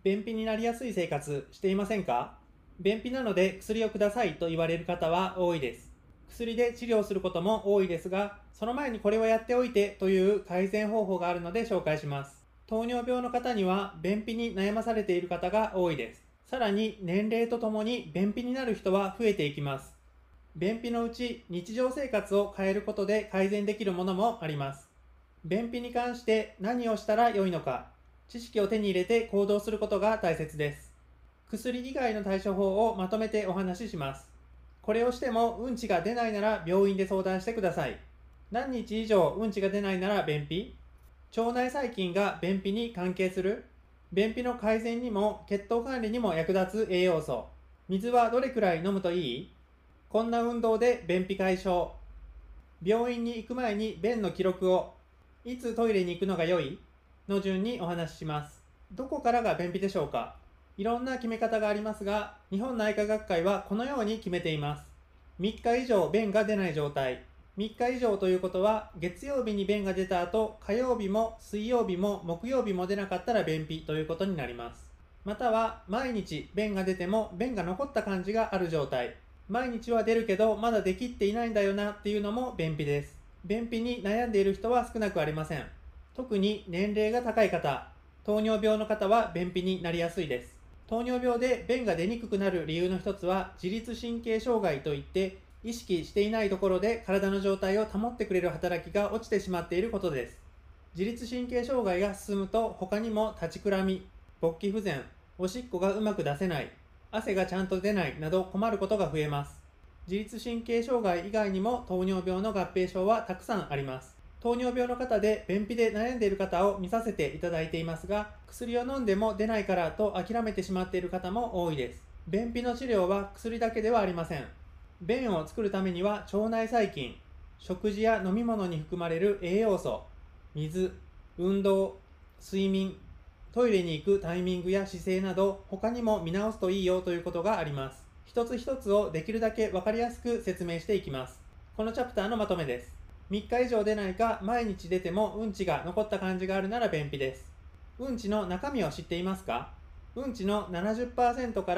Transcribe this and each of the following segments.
便秘になりやすい生活していませんか？便秘なので薬をくださいと言われる方は多いです。薬で治療することも多いですが、その前にこれをやっておいてという改善方法があるので紹介します。糖尿病の方には便秘に悩まされている方が多いです。さらに年齢とともに便秘になる人は増えていきます。便秘のうち日常生活を変えることで改善できるものもあります。便秘に関して何をしたら良いのか、知識を手に入れて行動することが大切です。薬以外の対処法をまとめてお話しします。これをしてもうんちが出ないなら病院で相談してください。何日以上うんちが出ないなら便秘？腸内細菌が便秘に関係する？便秘の改善にも血糖管理にも役立つ栄養素。水はどれくらい飲むといい？こんな運動で便秘解消。病院に行く前に便の記録を。いつトイレに行くのが良い？の順にお話しします。どこからが便秘でしょうか？いろんな決め方がありますが、日本内科学会はこのように決めています。3日以上便が出ない状態。3日以上ということは、月曜日に便が出た後、火曜日も水曜日も木曜日も出なかったら便秘ということになります。または、毎日便が出ても便が残った感じがある状態。毎日は出るけどまだできっていないんだよなっていうのも便秘です。便秘に悩んでいる人は少なくありません。特に年齢が高い方、糖尿病の方は便秘になりやすいです。糖尿病で便が出にくくなる理由の一つは自律神経障害といって、意識していないところで体の状態を保ってくれる働きが落ちてしまっていることです。自律神経障害が進むと他にも立ちくらみ、勃起不全、おしっこがうまく出せない、汗がちゃんと出ないなど困ることが増えます。自律神経障害以外にも糖尿病の合併症はたくさんあります。糖尿病の方で便秘で悩んでいる方を見させていただいていますが、薬を飲んでも出ないからと諦めてしまっている方も多いです。便秘の治療は薬だけではありません。便を作るためには腸内細菌、食事や飲み物に含まれる栄養素、水、運動、睡眠、トイレに行くタイミングや姿勢など他にも見直すといいよということがあります。一つ一つをできるだけ分かりやすく説明していきます。このチャプターのまとめです。3日以上出ないか毎日出てもうんちが残った感じがあるなら便秘です。うんちの中身を知っていますか？うんちの 70% から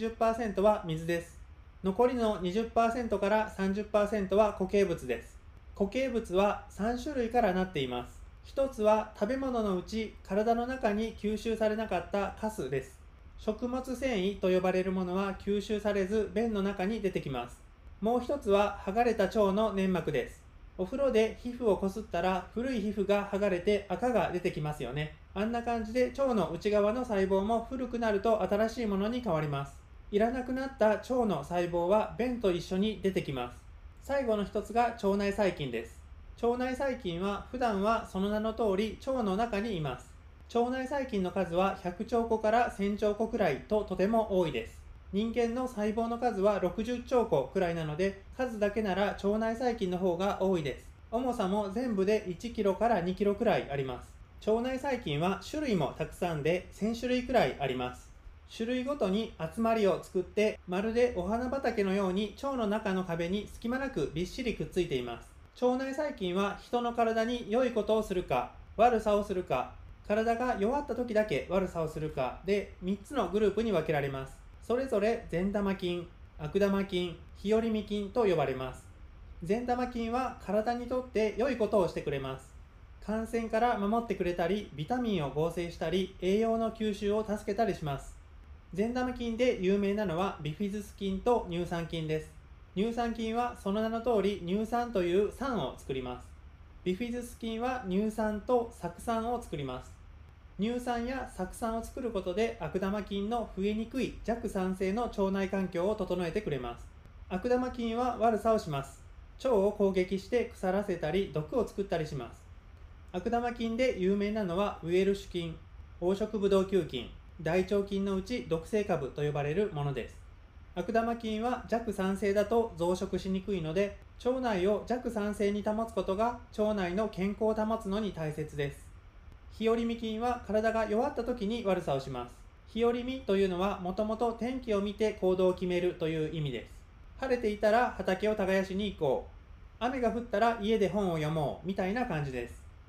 80% は水です。残りの 20% から 30% は固形物です。固形物は3種類からなっています。一つは食べ物のうち体の中に吸収されなかったカスです。食物繊維と呼ばれるものは吸収されず便の中に出てきます。もう一つは剥がれた腸の粘膜です。お風呂で皮膚をこすったら古い皮膚が剥がれて赤が出てきますよね。あんな感じで腸の内側の細胞も古くなると新しいものに変わります。いらなくなった腸の細胞は便と一緒に出てきます。最後の一つが腸内細菌です。腸内細菌は普段はその名の通り腸の中にいます。腸内細菌の数は100兆個から1000兆個くらいととても多いです。人間の細胞の数は60兆個くらいなので、数だけなら腸内細菌の方が多いです。重さも全部で1キロから2キロくらいあります。腸内細菌は種類もたくさんで1000種類くらいあります。種類ごとに集まりを作って、まるでお花畑のように腸の中の壁に隙間なくびっしりくっついています。腸内細菌は人の体に良いことをするか悪さをするか、体が弱った時だけ悪さをするかで3つのグループに分けられます。それぞれ善玉菌、悪玉菌、日和見菌と呼ばれます。善玉菌は体にとって良いことをしてくれます。感染から守ってくれたり、ビタミンを合成したり、栄養の吸収を助けたりします。善玉菌で有名なのはビフィズス菌と乳酸菌です。乳酸菌はその名の通り乳酸という酸を作ります。ビフィズス菌は乳酸と酢酸を作ります。乳酸や酢酸を作ることで悪玉菌の増えにくい弱酸性の腸内環境を整えてくれます。悪玉菌は悪さをします。腸を攻撃して腐らせたり毒を作ったりします。悪玉菌で有名なのはウエルシュ菌、黄色ブドウ球菌、大腸菌のうち毒性株と呼ばれるものです。悪玉菌は弱酸性だと増殖しにくいので、腸内を弱酸性に保つことが腸内の健康を保つのに大切です。日和見菌は体が弱った時に悪さをします。日和見というのはもともと天気を見て行動を決めるという意味です。晴れていたら畑を耕しに行こう。雨が降ったら家で本を読もうみたいな感じです。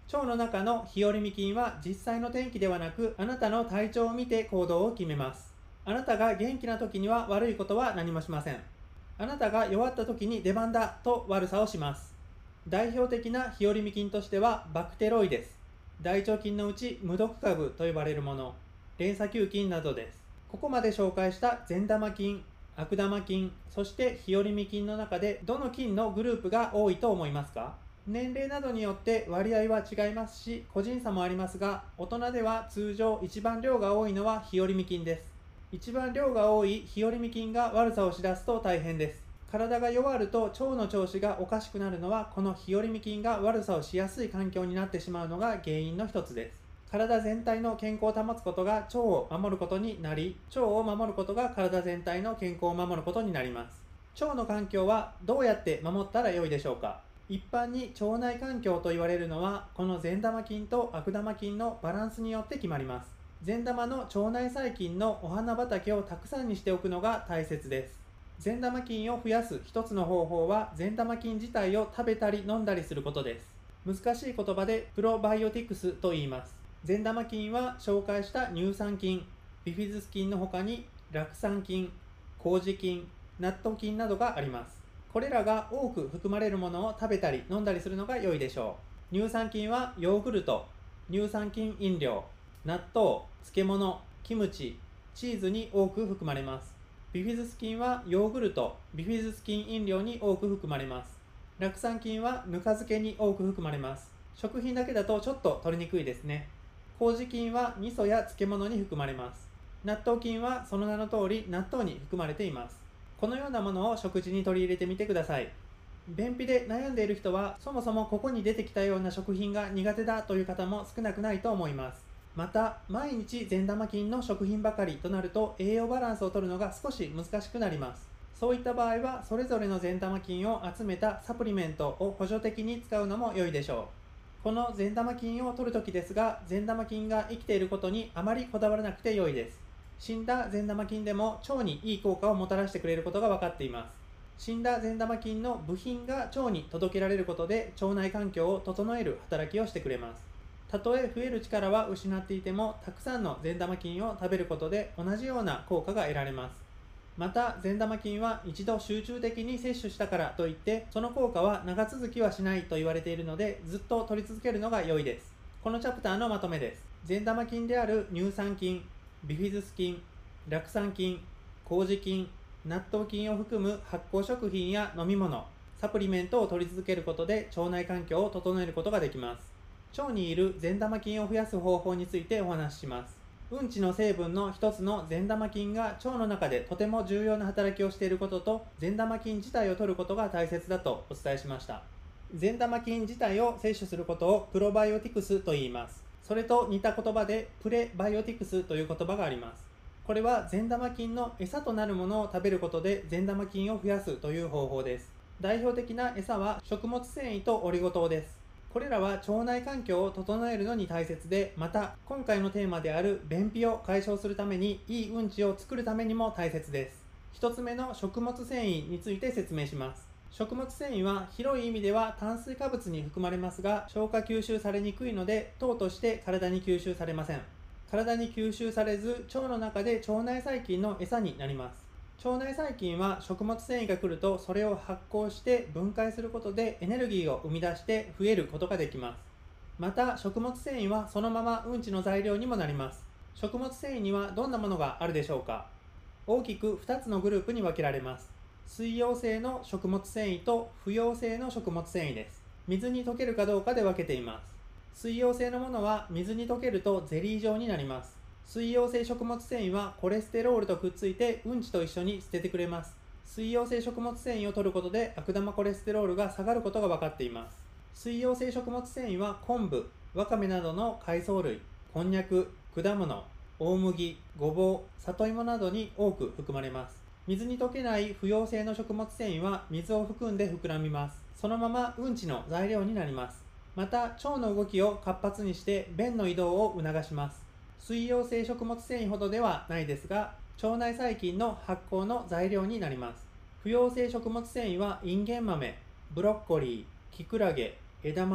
腸の中の日和見菌は実際の天気ではなく、あなたの体調を見て行動を決めます。あなたが元気な時には悪いことは何もしません。あなたが弱った時に出番だと悪さをします。代表的な日和見菌としてはバクテロイデス、大腸菌のうち無毒株と呼ばれるもの、連鎖球菌などです。ここまで紹介した善玉菌、悪玉菌、そして日和見菌の中でどの菌のグループが多いと思いますか？年齢などによって割合は違いますし、個人差もありますが、大人では通常一番量が多いのは日和見菌です。一番量が多い日和見菌が悪さをしだすと大変です。体が弱ると腸の調子がおかしくなるのは、この日和見菌が悪さをしやすい環境になってしまうのが原因の一つです。体全体の健康を保つことが腸を守ることになり、腸を守ることが体全体の健康を守ることになります。腸の環境はどうやって守ったらよいでしょうか？一般に腸内環境と言われるのは、この善玉菌と悪玉菌のバランスによって決まります。善玉の腸内細菌のお花畑をたくさんにしておくのが大切です。善玉菌を増やす一つの方法は、善玉菌自体を食べたり飲んだりすることです。難しい言葉でプロバイオティクスと言います。善玉菌は紹介した乳酸菌、ビフィズス菌の他に酪酸菌、麹菌、納豆菌などがあります。これらが多く含まれるものを食べたり飲んだりするのが良いでしょう。乳酸菌はヨーグルト、乳酸菌飲料、納豆、漬物、キムチ、チーズに多く含まれます。ビフィズス菌はヨーグルト、ビフィズス菌飲料に多く含まれます。酪酸菌はぬか漬けに多く含まれます。食品だけだとちょっと取りにくいですね。麹菌は味噌や漬物に含まれます。納豆菌はその名の通り納豆に含まれています。このようなものを食事に取り入れてみてください。便秘で悩んでいる人は、そもそもここに出てきたような食品が苦手だという方も少なくないと思います。また、毎日善玉菌の食品ばかりとなると、栄養バランスを取るのが少し難しくなります。そういった場合は、それぞれの善玉菌を集めたサプリメントを補助的に使うのも良いでしょう。この善玉菌を取るときですが、善玉菌が生きていることにあまりこだわらなくて良いです。死んだ善玉菌でも腸にいい効果をもたらしてくれることが分かっています。死んだ善玉菌の部品が腸に届けられることで、腸内環境を整える働きをしてくれます。たとえ増える力は失っていても、たくさんの善玉菌を食べることで同じような効果が得られます。また、善玉菌は一度集中的に摂取したからといってその効果は長続きはしないと言われているので、ずっと取り続けるのが良いです。このチャプターのまとめです。善玉菌である乳酸菌、ビフィズス菌、酪酸菌、麹菌、納豆菌を含む発酵食品や飲み物、サプリメントを取り続けることで腸内環境を整えることができます。腸にいる善玉菌を増やす方法についてお話しします。うんちの成分の一つの善玉菌が腸の中でとても重要な働きをしていることと、善玉菌自体を摂ることが大切だとお伝えしました。善玉菌自体を摂取することをプロバイオティクスと言います。それと似た言葉でプレバイオティクスという言葉があります。これは善玉菌の餌となるものを食べることで善玉菌を増やすという方法です。代表的な餌は食物繊維とオリゴ糖です。これらは腸内環境を整えるのに大切で、また今回のテーマである便秘を解消するためにいいうんちを作るためにも大切です。一つ目の食物繊維について説明します。食物繊維は広い意味では炭水化物に含まれますが、消化吸収されにくいので糖として体に吸収されません。体に吸収されず、腸の中で腸内細菌の餌になります。腸内細菌は食物繊維が来るとそれを発酵して分解することでエネルギーを生み出して増えることができます。また食物繊維はそのままうんちの材料にもなります。食物繊維にはどんなものがあるでしょうか？大きく2つのグループに分けられます。水溶性の食物繊維と不溶性の食物繊維です。水に溶けるかどうかで分けています。水溶性のものは水に溶けるとゼリー状になります。水溶性食物繊維はコレステロールとくっついてうんちと一緒に捨ててくれます。水溶性食物繊維を摂ることで悪玉コレステロールが下がることが分かっています。水溶性食物繊維は昆布、わかめなどの海藻類、こんにゃく、果物、大麦、ごぼう、里芋などに多く含まれます。水に溶けない不溶性の食物繊維は水を含んで膨らみます。そのままうんちの材料になります。また腸の動きを活発にして便の移動を促します。水溶性食物繊維ほどではないですが、腸内細菌の発酵の材料になります。不溶性食物繊維はインゲン豆、ブロッコリー、キクラゲ、枝豆、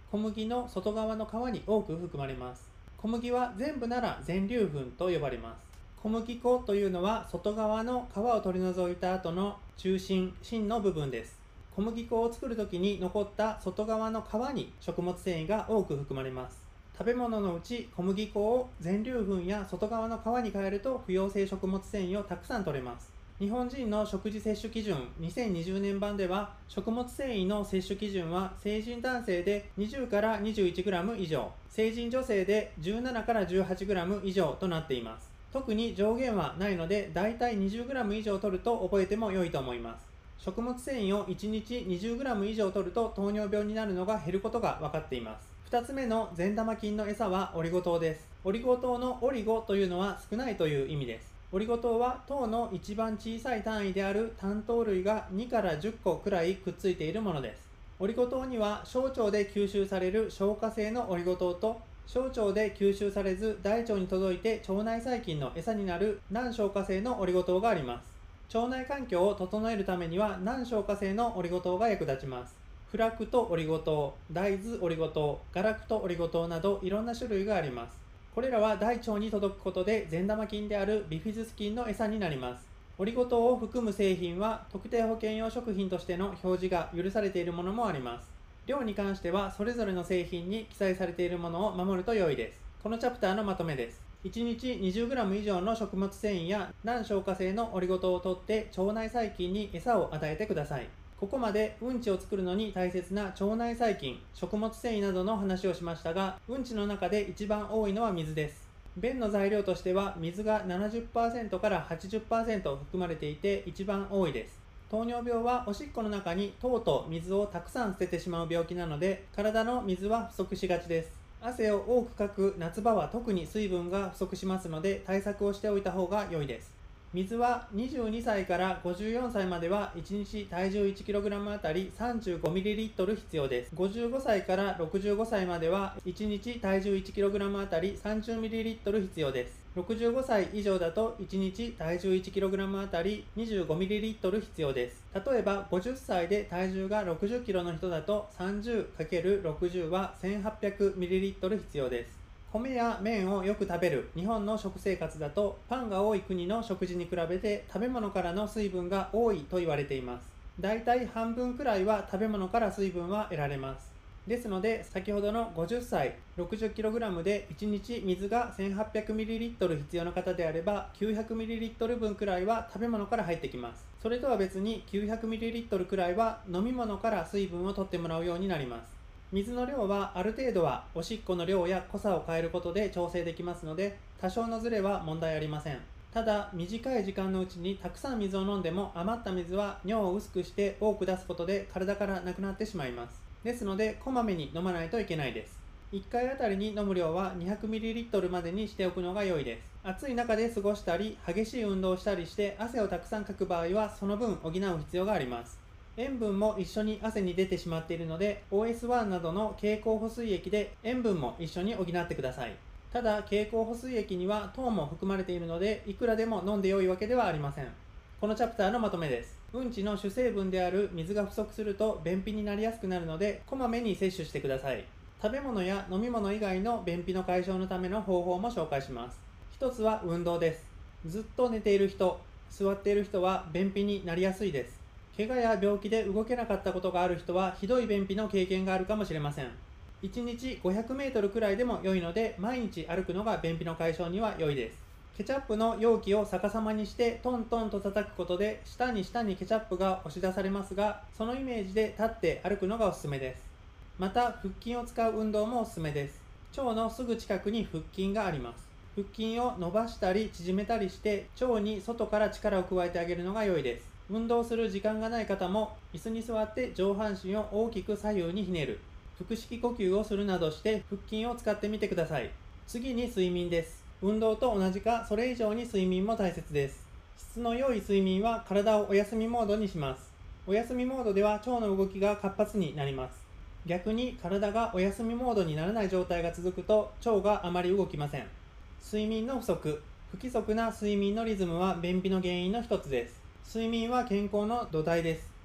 小麦の外側の皮に多く含まれます。小麦は全部なら全粒粉と呼ばれます。小麦粉というのは外側の皮を取り除いた後の中心、芯の部分です。小麦粉を作るときに残った外側の皮に食物繊維が多く含まれます。食べ物のうち小麦粉を全粒粉や外側の皮に変えると不溶性食物繊維をたくさん取れます。日本人の食事摂取基準2020年版では食物繊維の摂取基準は成人男性で20から 21g 以上、成人女性で17から 18g 以上となっています。特に上限はないのでだいたい 20g 以上取ると覚えても良いと思います。食物繊維を1日 20g 以上取ると糖尿病になるのが減ることが分かっています。2つ目の善玉菌の餌はオリゴ糖です。オリゴ糖のオリゴというのは少ないという意味です。オリゴ糖は糖の一番小さい単位である単糖類が2から10個くらいくっついているものです。オリゴ糖には小腸で吸収される消化性のオリゴ糖と小腸で吸収されず大腸に届いて腸内細菌の餌になる難消化性のオリゴ糖があります。腸内環境を整えるためには難消化性のオリゴ糖が役立ちます。フラクトオリゴ糖、大豆オリゴ糖、ガラクトオリゴ糖などいろんな種類があります。これらは大腸に届くことで善玉菌であるビフィズス菌の餌になります。オリゴ糖を含む製品は特定保険用食品としての表示が許されているものもあります。量に関してはそれぞれの製品に記載されているものを守ると良いです。このチャプターのまとめです。1日 20g 以上の食物繊維や難消化性のオリゴ糖を摂って腸内細菌に餌を与えてください。ここまでうんちを作るのに大切な腸内細菌、食物繊維などの話をしましたが、うんちの中で一番多いのは水です。便の材料としては水が 70% から 80% 含まれていて一番多いです。糖尿病はおしっこの中に糖と水をたくさん捨ててしまう病気なので、体の水は不足しがちです。汗を多くかく夏場は特に水分が不足しますので対策をしておいた方が良いです。水は22歳から54歳までは1日体重 1kg あたり 35ml 必要です。55歳から65歳までは1日体重 1kg あたり 30ml 必要です。65歳以上だと1日体重 1kg あたり 25ml 必要です。例えば50歳で体重が 60kg の人だと 30×60 は 1800ml 必要です。米や麺をよく食べる日本の食生活だとパンが多い国の食事に比べて食べ物からの水分が多いと言われています。だいたい半分くらいは食べ物から水分は得られます。ですので先ほどの50歳 60kg で1日水が 1800ml 必要な方であれば 900ml 分くらいは食べ物から入ってきます。それとは別に 900ml くらいは飲み物から水分を取ってもらうようになります。水の量はある程度はおしっこの量や濃さを変えることで調整できますので多少のズレは問題ありません。ただ短い時間のうちにたくさん水を飲んでも余った水は尿を薄くして多く出すことで体からなくなってしまいます。ですのでこまめに飲まないといけないです。1回あたりに飲む量は 200ml までにしておくのが良いです。暑い中で過ごしたり激しい運動をしたりして汗をたくさんかく場合はその分補う必要があります。塩分も一緒に汗に出てしまっているので OS1 などの経口補水液で塩分も一緒に補ってください。ただ経口補水液には糖も含まれているのでいくらでも飲んで良いわけではありません。このチャプターのまとめです。うんちの主成分である水が不足すると便秘になりやすくなるのでこまめに摂取してください。食べ物や飲み物以外の便秘の解消のための方法も紹介します。一つは運動です。ずっと寝ている人、座っている人は便秘になりやすいです。怪我や病気で動けなかったことがある人はひどい便秘の経験があるかもしれません。1日 500m くらいでも良いので毎日歩くのが便秘の解消には良いです。ケチャップの容器を逆さまにしてトントンと叩くことで下にケチャップが押し出されますが、そのイメージで立って歩くのがおすすめです。また腹筋を使う運動もおすすめです。腸のすぐ近くに腹筋があります。腹筋を伸ばしたり縮めたりして腸に外から力を加えてあげるのが良いです。運動する時間がない方も椅子に座って上半身を大きく左右にひねる、腹式呼吸をするなどして腹筋を使ってみてください。次に睡眠です。運動と同じかそれ以上に睡眠も大切です。質の良い睡眠は体をお休みモードにします。お休みモードでは腸の動きが活発になります。逆に体がお休みモードにならない状態が続くと腸があまり動きません。睡眠の不足、不規則な睡眠のリズムは便秘の原因の一つです。睡眠は健康の土台です。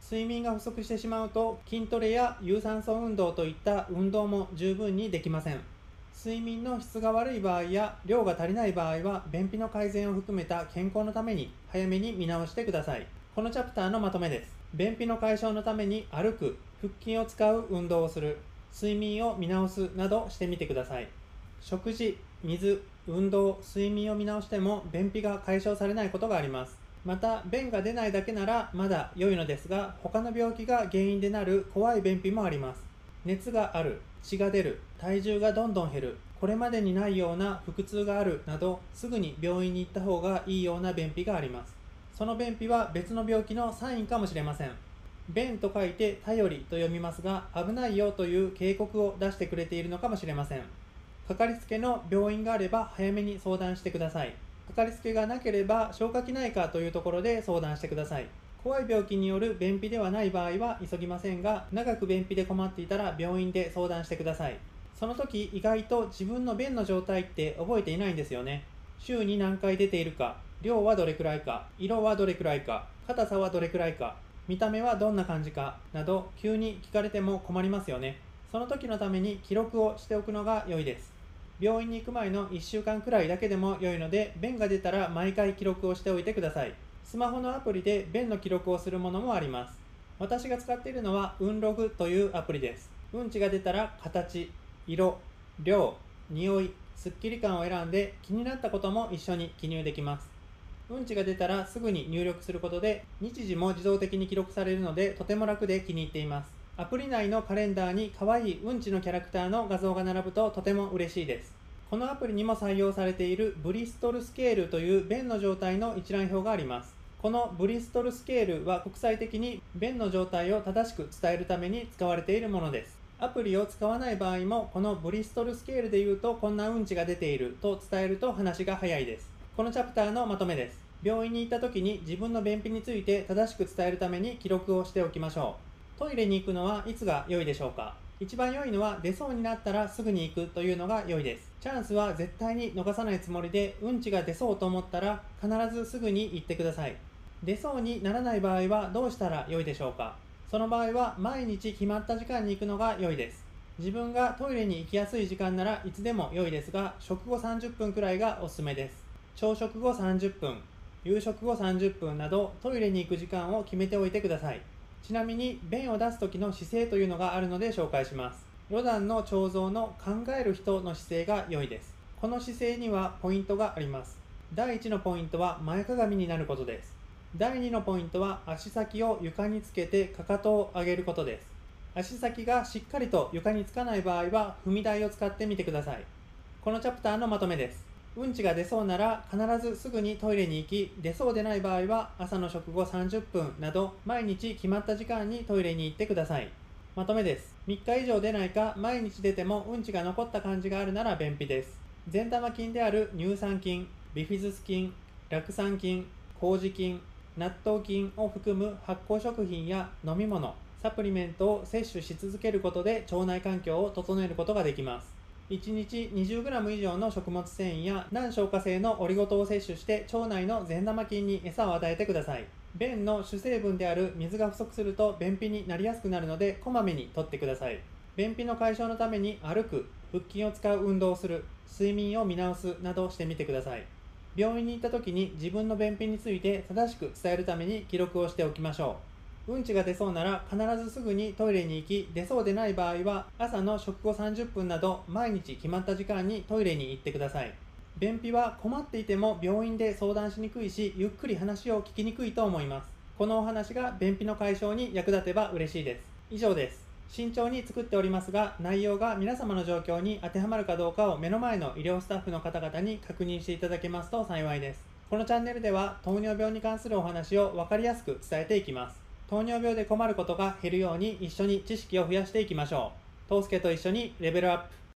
睡眠が不足してしまうと筋トレや有酸素運動といった運動も十分にできません。睡眠の質が悪い場合や量が足りない場合は便秘の改善を含めた健康のために早めに見直してください。このチャプターのまとめです。便秘の解消のために歩く、腹筋を使う運動をする、睡眠を見直すなどしてみてください。食事、水、運動、睡眠を見直しても便秘が解消されないことがあります。また便が出ないだけならまだ良いのですが、他の病気が原因でなる怖い便秘もあります。熱がある、血が出る、体重がどんどん減る、これまでにないような腹痛があるなど、すぐに病院に行った方がいいような便秘があります。その便秘は別の病気のサインかもしれません。便と書いて頼りと読みますが、危ないよという警告を出してくれているのかもしれません。かかりつけの病院があれば早めに相談してください。かかりつけがなければ消化器内科というところで相談してください。怖い病気による便秘ではない場合は急ぎませんが、長く便秘で困っていたら病院で相談してください。その時意外と自分の便の状態って覚えていないんですよね。週に何回出ているか、量はどれくらいか、色はどれくらいか、硬さはどれくらいか、見た目はどんな感じかなど急に聞かれても困りますよね。その時のために記録をしておくのが良いです。病院に行く前の1週間くらいだけでも良いので、便が出たら毎回記録をしておいてください。スマホのアプリで便の記録をするものもあります。私が使っているのはうんログというアプリです。うんちが出たら形、色、量、匂い、すっきり感を選んで気になったことも一緒に記入できます。うんちが出たらすぐに入力することで日時も自動的に記録されるので、とても楽で気に入っています。アプリ内のカレンダーに可愛いうんちのキャラクターの画像が並ぶととても嬉しいです。このアプリにも採用されているブリストルスケールという便の状態の一覧表があります。このブリストルスケールは国際的に便の状態を正しく伝えるために使われているものです。アプリを使わない場合もこのブリストルスケールで言うとこんなうんちが出ていると伝えると話が早いです。このチャプターのまとめです。病院に行った時に自分の便秘について正しく伝えるために記録をしておきましょう。トイレに行くのはいつが良いでしょうか。一番良いのは出そうになったらすぐに行くというのが良いです。チャンスは絶対に逃さないつもりで、うんちが出そうと思ったら必ずすぐに行ってください。出そうにならない場合はどうしたら良いでしょうか。その場合は毎日決まった時間に行くのが良いです。自分がトイレに行きやすい時間ならいつでも良いですが、食後30分くらいがおすすめです。朝食後30分、夕食後30分などトイレに行く時間を決めておいてください。ちなみに便を出す時の姿勢というのがあるので紹介します。ロダンの彫像の考える人の姿勢が良いです。この姿勢にはポイントがあります。第1のポイントは前かがみになることです。第2のポイントは足先を床につけてかかとを上げることです。足先がしっかりと床につかない場合は踏み台を使ってみてください。このチャプターのまとめです。うんちが出そうなら必ずすぐにトイレに行き、出そうでない場合は朝の食後30分など毎日決まった時間にトイレに行ってください。まとめです。3日以上出ないか毎日出てもうんちが残った感じがあるなら便秘です。善玉菌である乳酸菌、ビフィズス菌、酪酸菌、麹菌、納豆菌を含む発酵食品や飲み物、サプリメントを摂取し続けることで腸内環境を整えることができます。1日 20g 以上の食物繊維や難消化性のオリゴ糖を摂取して腸内の善玉菌に餌を与えてください。便の主成分である水が不足すると便秘になりやすくなるのでこまめにとってください。便秘の解消のために歩く、腹筋を使う運動をする、睡眠を見直すなどしてみてください。病院に行った時に自分の便秘について正しく伝えるために記録をしておきましょう。うんちが出そうなら必ずすぐにトイレに行き、出そうでない場合は朝の食後30分など毎日決まった時間にトイレに行ってください。便秘は困っていても病院で相談しにくいし、ゆっくり話を聞きにくいと思います。このお話が便秘の解消に役立てば嬉しいです。以上です。慎重に作っておりますが、内容が皆様の状況に当てはまるかどうかを目の前の医療スタッフの方々に確認していただけますと幸いです。このチャンネルでは糖尿病に関するお話を分かりやすく伝えていきます。糖尿病で困ることが減るように一緒に知識を増やしていきましょう。トースケと一緒にレベルアップ。